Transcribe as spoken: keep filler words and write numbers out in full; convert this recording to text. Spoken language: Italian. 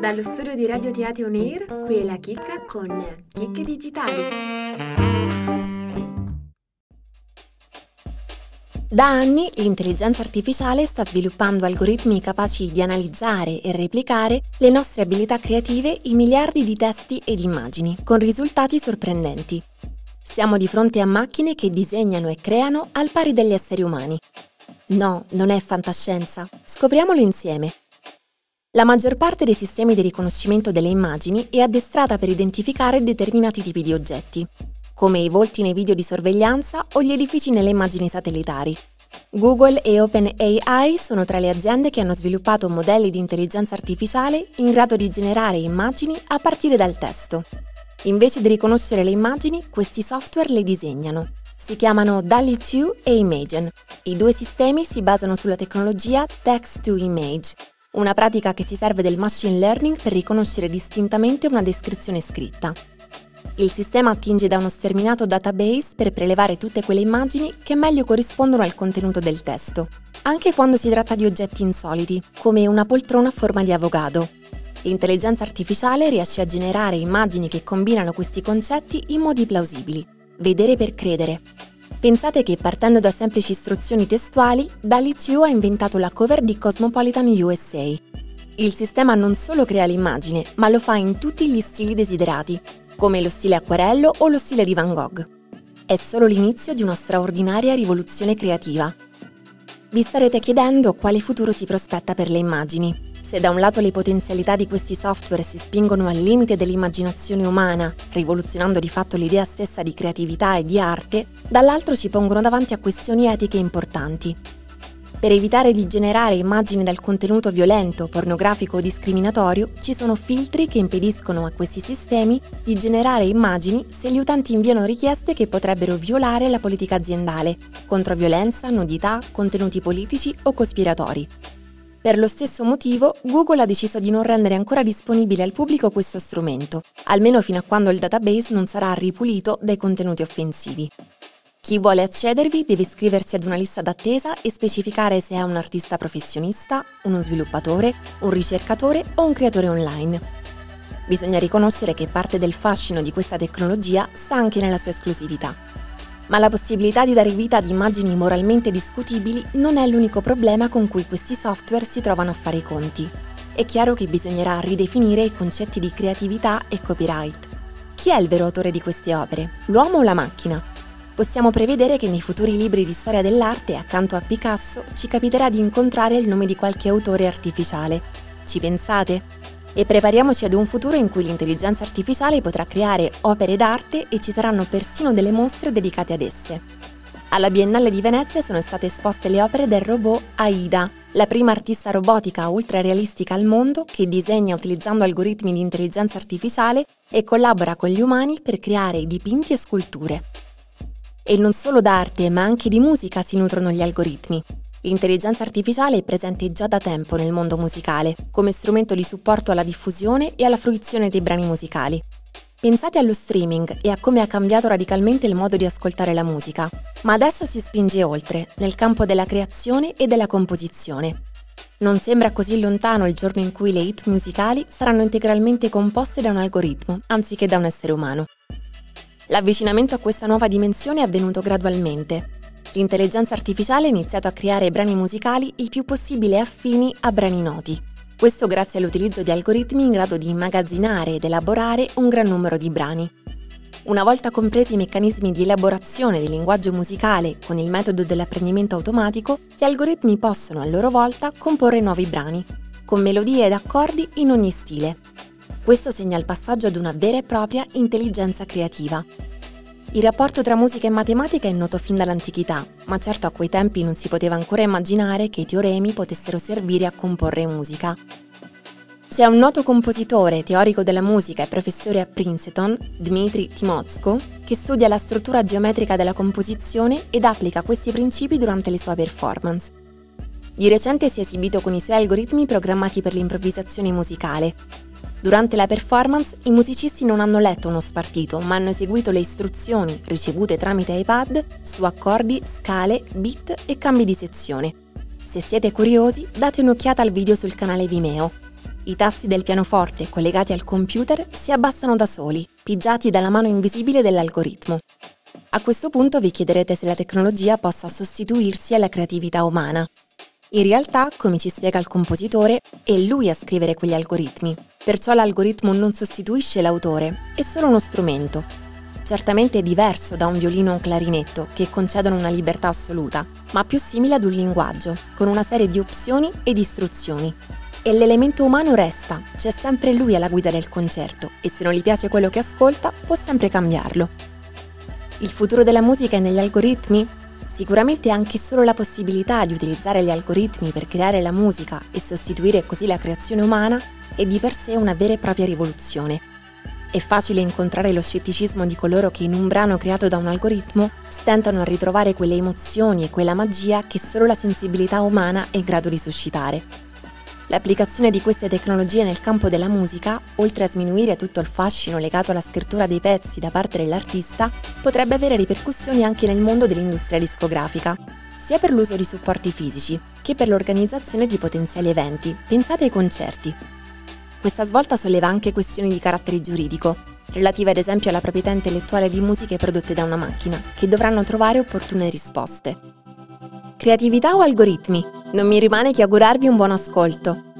Dallo studio di Radio Teatro On Air, qui è la Chicca con Chicche Digitali. Da anni l'intelligenza artificiale sta sviluppando algoritmi capaci di analizzare e replicare le nostre abilità creative in miliardi di testi ed immagini, con risultati sorprendenti. Siamo di fronte a macchine che disegnano e creano al pari degli esseri umani. No, non è fantascienza. Scopriamolo insieme. La maggior parte dei sistemi di riconoscimento delle immagini è addestrata per identificare determinati tipi di oggetti, come i volti nei video di sorveglianza o gli edifici nelle immagini satellitari. Google e OpenAI sono tra le aziende che hanno sviluppato modelli di intelligenza artificiale in grado di generare immagini a partire dal testo. Invece di riconoscere le immagini, questi software le disegnano. Si chiamano DALL-E due e Imagen. I due sistemi si basano sulla tecnologia Text to Image, una pratica che si serve del machine learning per riconoscere distintamente una descrizione scritta. Il sistema attinge da uno sterminato database per prelevare tutte quelle immagini che meglio corrispondono al contenuto del testo, anche quando si tratta di oggetti insoliti, come una poltrona a forma di avocado. L'intelligenza artificiale riesce a generare immagini che combinano questi concetti in modi plausibili. Vedere per credere. Pensate che partendo da semplici istruzioni testuali, DALL-E due ha inventato la cover di Cosmopolitan U S A. Il sistema non solo crea l'immagine, ma lo fa in tutti gli stili desiderati, come lo stile acquarello o lo stile di Van Gogh. È solo l'inizio di una straordinaria rivoluzione creativa. Vi starete chiedendo quale futuro si prospetta per le immagini. Se da un lato le potenzialità di questi software si spingono al limite dell'immaginazione umana, rivoluzionando di fatto l'idea stessa di creatività e di arte, dall'altro ci pongono davanti a questioni etiche importanti. Per evitare di generare immagini dal contenuto violento, pornografico o discriminatorio, ci sono filtri che impediscono a questi sistemi di generare immagini se gli utenti inviano richieste che potrebbero violare la politica aziendale, contro violenza, nudità, contenuti politici o cospiratori. Per lo stesso motivo, Google ha deciso di non rendere ancora disponibile al pubblico questo strumento, almeno fino a quando il database non sarà ripulito dai contenuti offensivi. Chi vuole accedervi deve iscriversi ad una lista d'attesa e specificare se è un artista professionista, uno sviluppatore, un ricercatore o un creatore online. Bisogna riconoscere che parte del fascino di questa tecnologia sta anche nella sua esclusività. Ma la possibilità di dare vita ad immagini moralmente discutibili non è l'unico problema con cui questi software si trovano a fare i conti. È chiaro che bisognerà ridefinire i concetti di creatività e copyright. Chi è il vero autore di queste opere? L'uomo o la macchina? Possiamo prevedere che nei futuri libri di storia dell'arte, accanto a Picasso, ci capiterà di incontrare il nome di qualche autore artificiale. Ci pensate? E prepariamoci ad un futuro in cui l'intelligenza artificiale potrà creare opere d'arte e ci saranno persino delle mostre dedicate ad esse. Alla Biennale di Venezia sono state esposte le opere del robot Aida, la prima artista robotica ultrarealistica al mondo che disegna utilizzando algoritmi di intelligenza artificiale e collabora con gli umani per creare dipinti e sculture. E non solo d'arte, ma anche di musica si nutrono gli algoritmi. L'intelligenza artificiale è presente già da tempo nel mondo musicale, come strumento di supporto alla diffusione e alla fruizione dei brani musicali. Pensate allo streaming e a come ha cambiato radicalmente il modo di ascoltare la musica, ma adesso si spinge oltre, nel campo della creazione e della composizione. Non sembra così lontano il giorno in cui le hit musicali saranno integralmente composte da un algoritmo, anziché da un essere umano. L'avvicinamento a questa nuova dimensione è avvenuto gradualmente. L'intelligenza artificiale ha iniziato a creare brani musicali il più possibile affini a brani noti. Questo grazie all'utilizzo di algoritmi in grado di immagazzinare ed elaborare un gran numero di brani. Una volta compresi i meccanismi di elaborazione del linguaggio musicale con il metodo dell'apprendimento automatico, gli algoritmi possono a loro volta comporre nuovi brani, con melodie ed accordi in ogni stile. Questo segna il passaggio ad una vera e propria intelligenza creativa. Il rapporto tra musica e matematica è noto fin dall'antichità, ma certo a quei tempi non si poteva ancora immaginare che i teoremi potessero servire a comporre musica. C'è un noto compositore, teorico della musica e professore a Princeton, Dmitry Timotsko, che studia la struttura geometrica della composizione ed applica questi principi durante le sue performance. Di recente si è esibito con i suoi algoritmi programmati per l'improvvisazione musicale. Durante la performance, i musicisti non hanno letto uno spartito, ma hanno eseguito le istruzioni ricevute tramite iPad su accordi, scale, beat e cambi di sezione. Se siete curiosi, date un'occhiata al video sul canale Vimeo. I tasti del pianoforte collegati al computer si abbassano da soli, pigiati dalla mano invisibile dell'algoritmo. A questo punto vi chiederete se la tecnologia possa sostituirsi alla creatività umana. In realtà, come ci spiega il compositore, è lui a scrivere quegli algoritmi, perciò l'algoritmo non sostituisce l'autore, è solo uno strumento. Certamente è diverso da un violino o un clarinetto, che concedono una libertà assoluta, ma più simile ad un linguaggio, con una serie di opzioni ed istruzioni. E l'elemento umano resta, c'è sempre lui alla guida del concerto, e se non gli piace quello che ascolta, può sempre cambiarlo. Il futuro della musica è negli algoritmi? Sicuramente anche solo la possibilità di utilizzare gli algoritmi per creare la musica e sostituire così la creazione umana è di per sé una vera e propria rivoluzione. È facile incontrare lo scetticismo di coloro che in un brano creato da un algoritmo stentano a ritrovare quelle emozioni e quella magia che solo la sensibilità umana è in grado di suscitare. L'applicazione di queste tecnologie nel campo della musica, oltre a sminuire tutto il fascino legato alla scrittura dei pezzi da parte dell'artista, potrebbe avere ripercussioni anche nel mondo dell'industria discografica, sia per l'uso di supporti fisici che per l'organizzazione di potenziali eventi, pensate ai concerti. Questa svolta solleva anche questioni di carattere giuridico, relative ad esempio alla proprietà intellettuale di musiche prodotte da una macchina, che dovranno trovare opportune risposte. Creatività o algoritmi? Non mi rimane che augurarvi un buon ascolto.